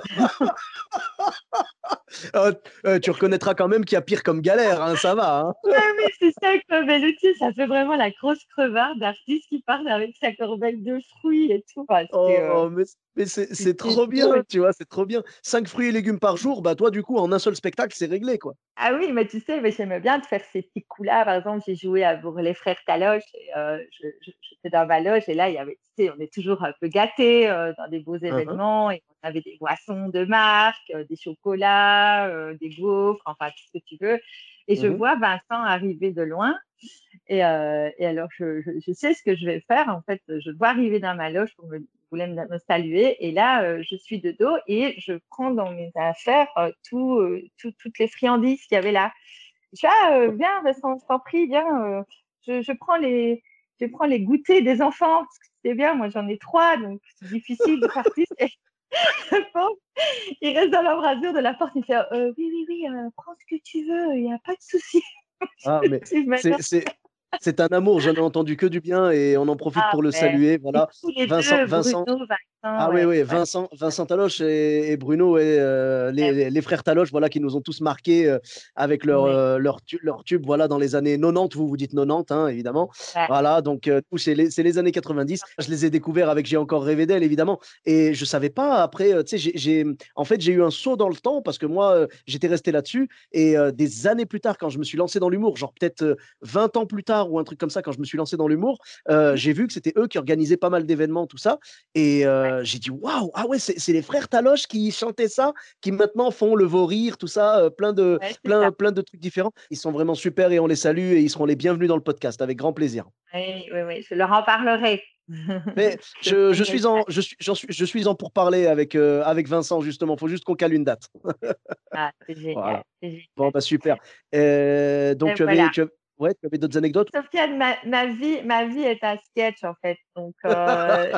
Ah, euh, tu reconnaîtras quand même qu'il y a pire comme galère, hein, ça va, hein. Ah oui, c'est ça quoi, Bellotti, ça fait vraiment la grosse crevarde d'artiste qui part avec sa corbeille de fruits et tout. Enfin, c'était, heu, Oh, mais, mais c'est c'est c'était trop bien, drôle. tu vois, c'est trop bien. Cinq fruits et légumes par jour, bah toi, du coup, en un seul spectacle, c'est réglé, quoi. Ah oui, mais tu sais, mais j'aimais bien de faire ces petits coups-là. Par exemple, j'ai joué à pour les frères Taloche et heu, je je j'étais dans ma loge et là, il y avait tu sais, on est toujours un peu gâtés, heu, dans des beaux Uhum, événements et on avait des boissons de marque, heu, des chocolats, heu, des gaufres, enfin tout ce que tu veux et je mhm. vois Vincent arriver de loin. Et, euh, et alors, je, je, je sais ce que je vais faire. En fait, je dois arriver dans ma loge pour me, voulait me, me saluer. Et là, euh, je suis de dos et je prends dans mes affaires euh, tout, euh, tout- toutes les friandises qu'il y avait là. Je dis, ah, euh, viens, Vincent, je t'en prie, viens. euh, je, je prends les, je prends les goûters des enfants parce que c'est bien. Moi, j'en ai trois, donc c'est difficile de partir. Et le pauvre, il reste dans l'embrasure de la porte. Il fait, euh, oui, oui, oui, euh, prends ce que tu veux. Il n'y a pas de souci. Ah, mais Je dis, mais non. c'est c'est- c'est un amour, j'en ai entendu que du bien et on en profite Ah pour le ouais. saluer. Et Voilà, tous les Vincent, deux, Vincent, Bruno, Vincent, ah oui, ouais, oui, ouais, Vincent, Vincent Taloche et, et Bruno, et, euh, ouais, les, les frères Taloche, voilà, qui nous ont tous marqués euh, avec leur, ouais, euh, leur, tu- leur tube, voilà, dans les années quatre-vingt-dix, vous vous dites quatre-vingt-dix, hein, évidemment. ouais. Voilà, donc euh, nous, c'est les, c'est les années quatre-vingt-dix. Je les ai découverts avec J'ai encore rêvé d'elle, évidemment. Et je savais pas, après, euh, tu sais, j'ai, j'ai- en fait, j'ai eu un saut dans le temps parce que moi, euh, j'étais resté là-dessus. Et euh, des années plus tard, quand je me suis lancé dans l'humour, genre peut-être euh, vingt ans plus tard ou un truc comme ça, quand je me suis lancé dans l'humour, euh, Mmh, j'ai vu que c'était eux qui organisaient pas mal d'événements, tout ça. Et ouais, euh, j'ai dit, waouh, ah ouais, c'est c'est les frères Taloche qui chantaient ça, qui maintenant font le Vaut-Rire, tout ça, euh, plein, de, ouais, c'est ça. plein, plein de trucs différents. Ils sont vraiment super et on les salue et ils seront les bienvenus dans le podcast avec grand plaisir. Oui, oui, oui, je leur en parlerai. Mais Je je, je ferai suis en, je suis, j'en suis, je suis en pour parler avec, euh, avec Vincent, justement. Il faut juste qu'on cale une date. ça. Ah, c'est génial, Voilà. c'est Bon, génial. bah super. Euh, donc, Et tu avais, voilà. tu avais, ouais, tu avais d'autres anecdotes? Sofiane, ma, ma vie, ma vie est un sketch en fait. Donc, euh,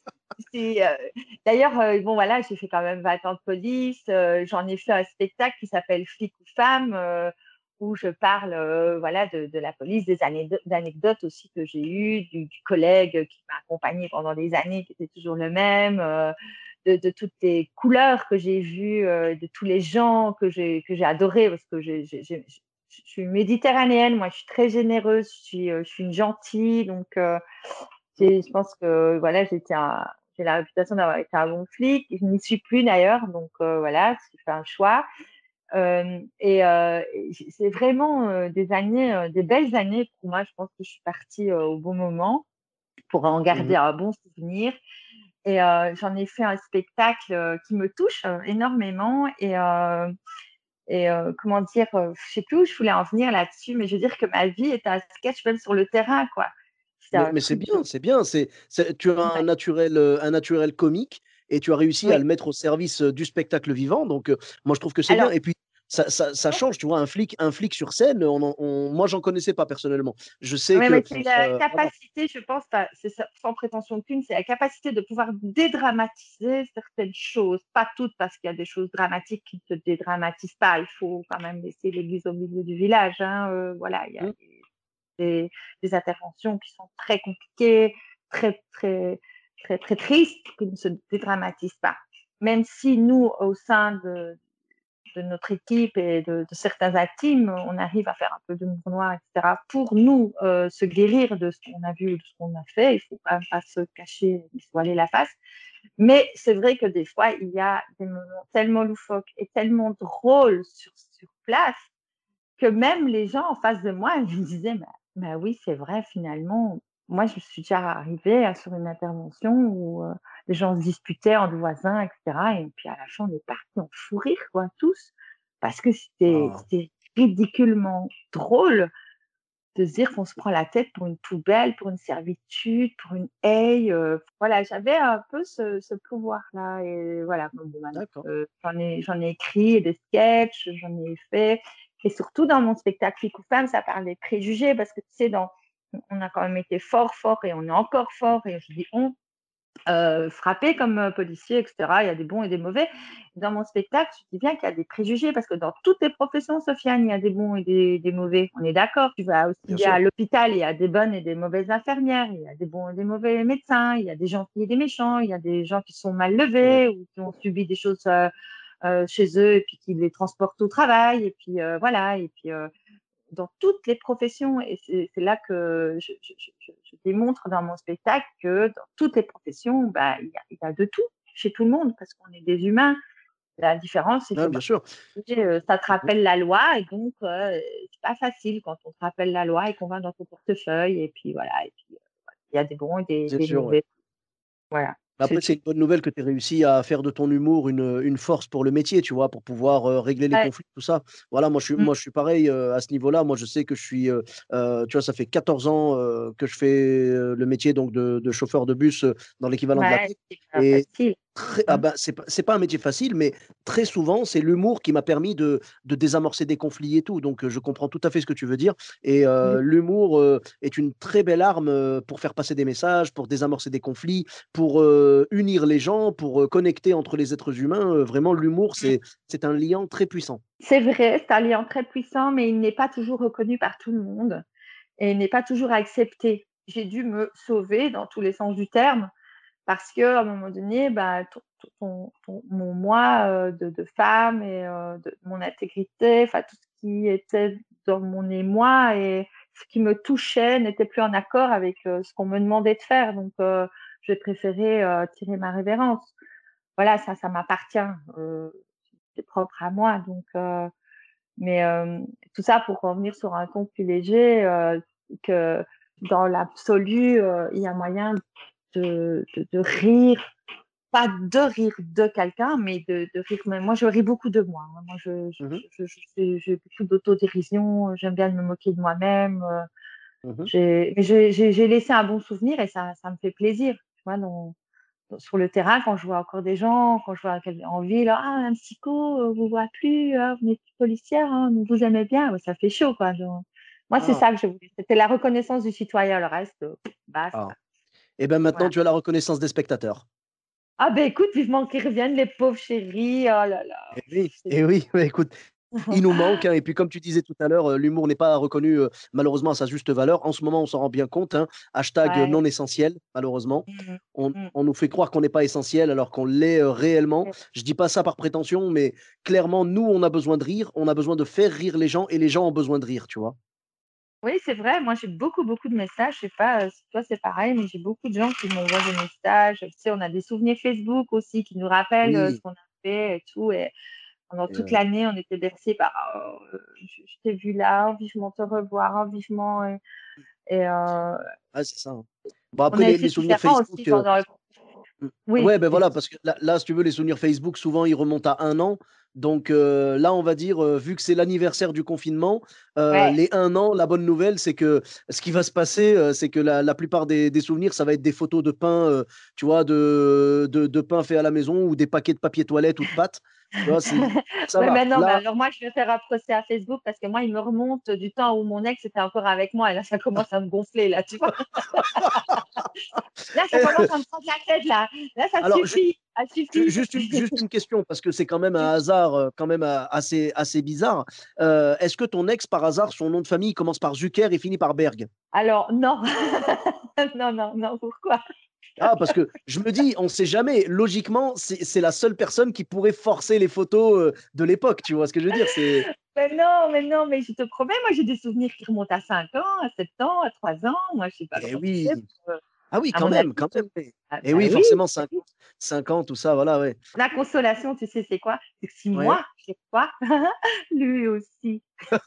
c'est, euh, d'ailleurs, euh, bon voilà, j'ai fait quand même vingt ans de police. euh, j'en ai fait un spectacle qui s'appelle Flic ou femme, euh, où je parle, euh, voilà, de, de la police, des anecdotes, d'anecdotes aussi que j'ai eues, du, du collègue qui m'a accompagné pendant des années, qui était toujours le même. euh, de, de toutes les couleurs que j'ai vues, euh, de tous les gens que j'ai que j'ai adorés, parce que j'ai, j'ai, j'ai- je suis méditerranéenne, moi je suis très généreuse, je suis, euh, je suis une gentille, donc euh, j'ai- je pense que voilà, j'étais un- j'ai la réputation d'avoir été un bon flic. Je n'y suis plus d'ailleurs, donc euh, voilà, j'ai fait un choix. Euh, et euh, et j- c'est vraiment euh, des années, euh, des belles années pour moi. Je pense que je suis partie euh, au bon moment pour en Mhm. garder un bon souvenir. Et euh, j'en ai fait un spectacle euh, qui me touche euh, énormément. Et, euh, et euh, comment dire, euh, je sais plus où je voulais en venir là-dessus, mais je veux dire que ma vie est un sketch même sur le terrain, quoi. C'est Mais, un mais c'est truc de... bien, c'est bien. C'est, c'est- tu as un Ouais, naturel, euh, un naturel comique et tu as réussi à oui. le mettre au service euh, du spectacle vivant. Donc, euh, moi, je trouve que c'est bien. Alors, Et puis, ça, ça, ça change, tu vois, un flic, un flic sur scène, on, en- on- moi, j'en connaissais pas personnellement. Je sais ouais, mais que, c'est la euh, voilà. capacité, je pense, pas- c'est ça, sans prétention aucune, c'est la capacité de pouvoir dédramatiser certaines choses, pas toutes, parce qu'il y a des choses dramatiques qui ne se dédramatisent pas. Il faut quand même laisser l'église au milieu du village, hein, euh, voilà, il y a Hmm. des, des interventions qui sont très compliquées, très, très, très, très tristes, qui ne se dédramatisent pas. Même si nous, au sein de, de notre équipe et de, de certains teams, on arrive à faire un peu de noir, et cetera. Pour nous, euh, se guérir de ce qu'on a vu, de ce qu'on a fait, il ne faut quand même pas se cacher, se voiler la face. Mais c'est vrai que des fois, il y a des moments tellement loufoques et tellement drôles sur, sur place que même les gens en face de moi, ils me disaient, bah, bah oui, c'est vrai, finalement. Moi, je suis déjà arrivée à, sur une intervention où euh, les gens se disputaient entre voisins, et cetera. Et puis à la fin, on est partis en fou rire, quoi, tous, parce que c'était Ah, ridiculement drôle de se dire qu'on se prend la tête pour une poubelle, pour une servitude, pour une haie. Euh, voilà, j'avais un peu ce, ce pouvoir-là. Et voilà, bon, bon, d'accord. euh, j'en ai, j'en ai écrit des sketchs, j'en ai fait. Et surtout dans mon spectacle Flic ou Femme, ça parle des préjugés parce que tu sais, dans, on a quand même été fort, fort et on est encore fort. Et je dis on, euh, frappé comme euh, policier, et cetera. Il y a des bons et des mauvais. Dans mon spectacle, je dis bien qu'il y a des préjugés parce que dans toutes les professions, Sofiane, il y a des bons et des, des mauvais. On est d'accord. Tu vas Bien aussi à sûr. l'hôpital, il y a des bonnes et des mauvaises infirmières, il y a des bons et des mauvais médecins, il y a des gentils et des méchants, il y a des gens qui sont mal Ouais. levés ou qui ont subi des choses euh, euh, chez eux et puis qui les transportent au travail. Et puis euh, voilà. Et puis euh, dans toutes les professions, et c'est, c'est là que je, je, je, je, démontre dans mon spectacle que dans toutes les professions, bah, il, y a, il y a de tout chez tout le monde, parce qu'on est des humains. La différence, c'est que Ouais, bien bah, sûr. ça te Mhm. rappelle la loi, et donc euh, c'est pas facile quand on te rappelle la loi et qu'on va dans ton portefeuille, et puis voilà, et puis euh, il y a des bons et des, C'est des sûr, ouais. mauvais. Voilà, c'est Après, tout. c'est une bonne nouvelle que tu aies réussi à faire de ton humour une, une force pour le métier, tu vois, pour pouvoir euh, régler les Ouais. conflits, tout ça. Voilà, moi je suis, Mm. moi, je suis pareil euh, à ce niveau-là. Moi, je sais que je suis, euh, euh, tu vois, ça fait quatorze ans euh, que je fais euh, le métier donc, de, de chauffeur de bus euh, dans l'équivalent de la Ouais, tech. c'est pas Et facile. très, ah Mm. ben, c'est pas, c'est pas un métier facile, mais très souvent, c'est l'humour qui m'a permis de, de désamorcer des conflits et tout. Donc, euh, je comprends tout à fait ce que tu veux dire. Et euh, l'humour euh, est une très belle arme euh, pour faire passer des messages, pour désamorcer des conflits, pour euh, unir les gens, pour euh, connecter entre les êtres humains. Euh, vraiment, l'humour, c'est, c'est un lien très puissant. C'est vrai, c'est un lien très puissant, mais il n'est pas toujours reconnu par tout le monde et il n'est pas toujours accepté. J'ai dû me sauver dans tous les sens du terme parce qu'à un moment donné, bah, ton, ton, ton, mon moi euh, de, de femme et euh, de mon intégrité, enfin tout ce qui était dans mon émoi et ce qui me touchait n'était plus en accord avec euh, ce qu'on me demandait de faire. Donc, euh, j'ai préféré euh, tirer ma révérence. Voilà, ça, ça m'appartient. Euh, c'est propre à moi. Donc, euh, mais euh, tout ça pour revenir sur un ton plus léger, euh, que dans l'absolu, euh, il y a moyen de, de, de rire, pas de rire de quelqu'un, mais de, de rire. Mais moi, je ris beaucoup de moi. Hein. Moi, je, je, Mhm, je, je, je- j'ai beaucoup d'autodérision. J'aime bien me moquer de moi-même. euh, mhm. J'ai, mais j'ai, j'ai j'ai laissé un bon souvenir et ça, ça me fait plaisir. Tu vois, dans, dans- sur le terrain, quand je vois encore des gens, quand je vois quel- en ville, ah, un psycho, euh, vous voit plus, ah, vous n'êtes plus policière, hein, nous vous aimez bien, ouais, ça fait chaud, quoi. Donc, moi, c'est Ah, ça que je voulais. C'était la reconnaissance du citoyen. Le reste, euh, ah. basta. Et bien maintenant, Voilà. tu as la reconnaissance des spectateurs. Ah, ben écoute, vivement qu'ils reviennent, les pauvres chéris. Oh là là. Eh oui, C'est- eh oui, bah, écoute, il nous manque, hein. Et puis, comme tu disais tout à l'heure, euh, l'humour n'est pas reconnu euh, malheureusement à sa juste valeur. En ce moment, on s'en rend bien compte, hein. Hashtag euh, Ouais. non essentiel, malheureusement. Mm, On, mm. on nous fait croire qu'on n'est pas essentiel alors qu'on l'est euh, réellement. Je dis pas ça par prétention, mais clairement, nous, on a besoin de rire, on a besoin de faire rire les gens et les gens ont besoin de rire, tu vois. Oui, c'est vrai. Moi, j'ai beaucoup, beaucoup de messages. Je sais pas euh, si toi, c'est pareil, mais j'ai beaucoup de gens qui m'envoient des messages. Tu sais, on a des souvenirs Facebook aussi qui nous rappellent euh, ce Oui. qu'on a fait et tout. Et pendant Et, toute euh, l'année, on était bercés par oh, je, je t'ai vu là, oh, vivement te revoir, oh, vivement. Et, et, euh, ah, c'est ça, hein. Bon, on après, a les, été les souvenirs différents aussi Facebook. euh, pendant le... Mmh. Oui, Ouais, ben dis-moi. voilà, parce que là, là, si tu veux, les souvenirs Facebook, souvent, ils remontent à un an. Donc euh, là, on va dire, euh, vu que c'est l'anniversaire du confinement, euh, Ouais. les un an, la bonne nouvelle, c'est que ce qui va se passer, euh, c'est que la, la plupart des, des souvenirs, ça va être des photos de pain, euh, tu vois, de, de, de pain fait à la maison ou des paquets de papier toilette ou de pâtes. Tu vois, c'est, ça Ouais, va. mais non, mais Là, alors moi, je vais faire un procès à Facebook parce que moi, il me remonte du temps où mon ex était encore avec moi et là, ça commence à me gonfler, là, tu vois. Là, ça commence à me prendre la tête, là. Là, ça alors, je, suffit. Ah, suffit. Juste une, juste une question, parce que c'est quand même un hasard euh, quand même euh, assez, assez bizarre. Euh, est-ce que ton ex, par hasard, son nom de famille commence par Zucker et finit par Berg? Alors, non. non, non, non, pourquoi? Ah, parce que je me dis, on ne sait jamais. Logiquement, c'est, c'est la seule personne qui pourrait forcer les photos euh, de l'époque. Tu vois ce que je veux dire? C'est... Mais non, mais non, mais je te promets, moi j'ai des souvenirs qui remontent à cinq ans, à sept ans, à trois ans. Moi, je sais pas Eh comment tu oui. fais. pour, euh, Ah oui, À quand mon même, avis, quand même. ah, Et bah oui, oui. forcément, cinq ans, cinq ans, tout ça, voilà, ouais. La consolation, tu sais, c'est quoi? C'est que si Ouais. moi, je sais quoi, lui aussi.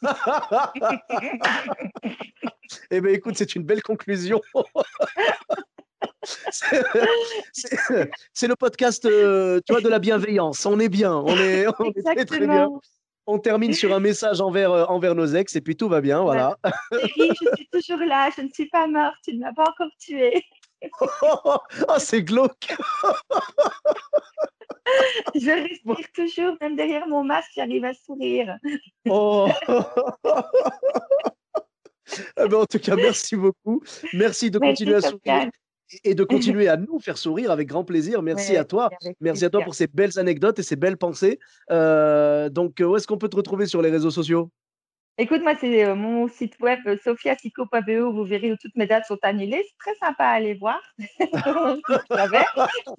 Eh bien, écoute, c'est une belle conclusion. c'est, c'est- c'est le podcast, euh, tu vois, de la bienveillance. On est bien, on est, on est très, très bien. Exactement. On termine sur un message envers, euh, envers nos ex et puis tout va bien, voilà. Chérie, je suis toujours là, je ne suis pas morte, tu ne m'as pas encore tuée. Oh, c'est glauque. Je respire toujours, même derrière mon masque, j'arrive à sourire. Oh. Eh ben, en tout cas, merci beaucoup. Merci de Merci, continuer à sourire Sofiane. et de continuer à nous faire sourire avec grand plaisir. Merci Ouais, à toi. avec Merci à toi plaisir. pour ces belles anecdotes et ces belles pensées. Euh, donc, euh, où est-ce qu'on peut te retrouver sur les réseaux sociaux? Écoute, moi, c'est euh, mon site web euh, sophiasico point b e où vous verrez où toutes mes dates sont annulées. C'est très sympa à aller voir. Si tu savais.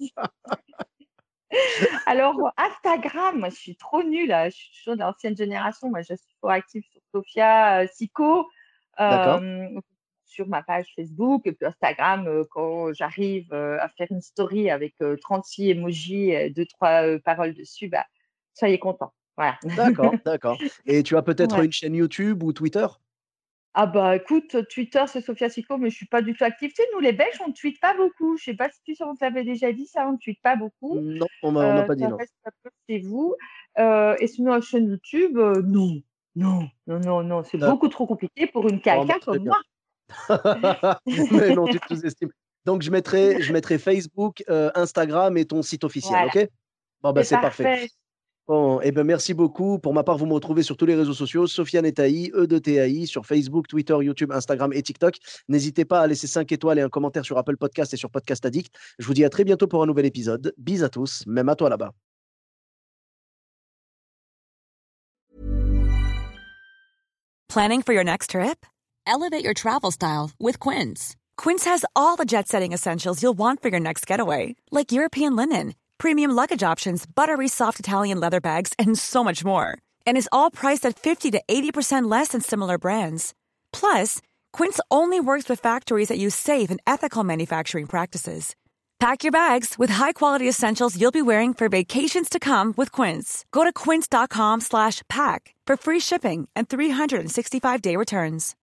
Alors, Instagram, moi, je suis trop nulle. Je suis toujours de l'ancienne génération. Moi, je suis trop active sur Sophia euh, Sico, D'accord. euh, sur ma page Facebook. Et puis Instagram, euh, quand j'arrive euh, à faire une story avec euh, trente-six emojis, euh, deux, trois euh, paroles dessus, bah, soyez contents. Voilà. D'accord, d'accord. Et tu as peut-être Ouais. une chaîne YouTube ou Twitter? Ah bah écoute, Twitter, c'est Sophia Sico, mais je suis pas du tout active. Tu sais, nous les Belges, on ne tweete pas beaucoup. Je sais pas si tu on te l'avait déjà dit ça, on ne tweete pas beaucoup. Non, on m'a, on m'a Euh, pas dit ça non. reste un peu chez vous. Euh, et sinon, la chaîne YouTube, euh, non, non, non, non, non, c'est beaucoup D'accord. trop compliqué pour une Bon, bah, caca très comme bien. moi. Mais non, tu te sous-estimes. Donc, je mettrai, je mettrai Facebook, euh, Instagram et ton site officiel, Voilà, ok? Bon, bah, c'est c'est parfait. parfait. Bon, eh ben, merci beaucoup. Pour ma part, vous me retrouvez sur tous les réseaux sociaux, Sofiane Etaï, E de T A I, sur Facebook, Twitter, YouTube, Instagram et TikTok. N'hésitez pas à laisser cinq étoiles et un commentaire sur Apple Podcast et sur Podcast Addict. Je vous dis à très bientôt pour un nouvel épisode. Bis à tous, même à toi là-bas. Planning for your next trip? Elevate your travel style with Quince. Quince has all the jet-setting essentials you'll want for your next getaway, like European linen, premium luggage options, buttery soft Italian leather bags, and so much more. And is all priced at fifty to eighty percent less than similar brands. Plus, Quince only works with factories that use safe and ethical manufacturing practices. Pack your bags with high-quality essentials you'll be wearing for vacations to come with Quince. Go to quince.com slash pack for free shipping and three sixty-five day returns.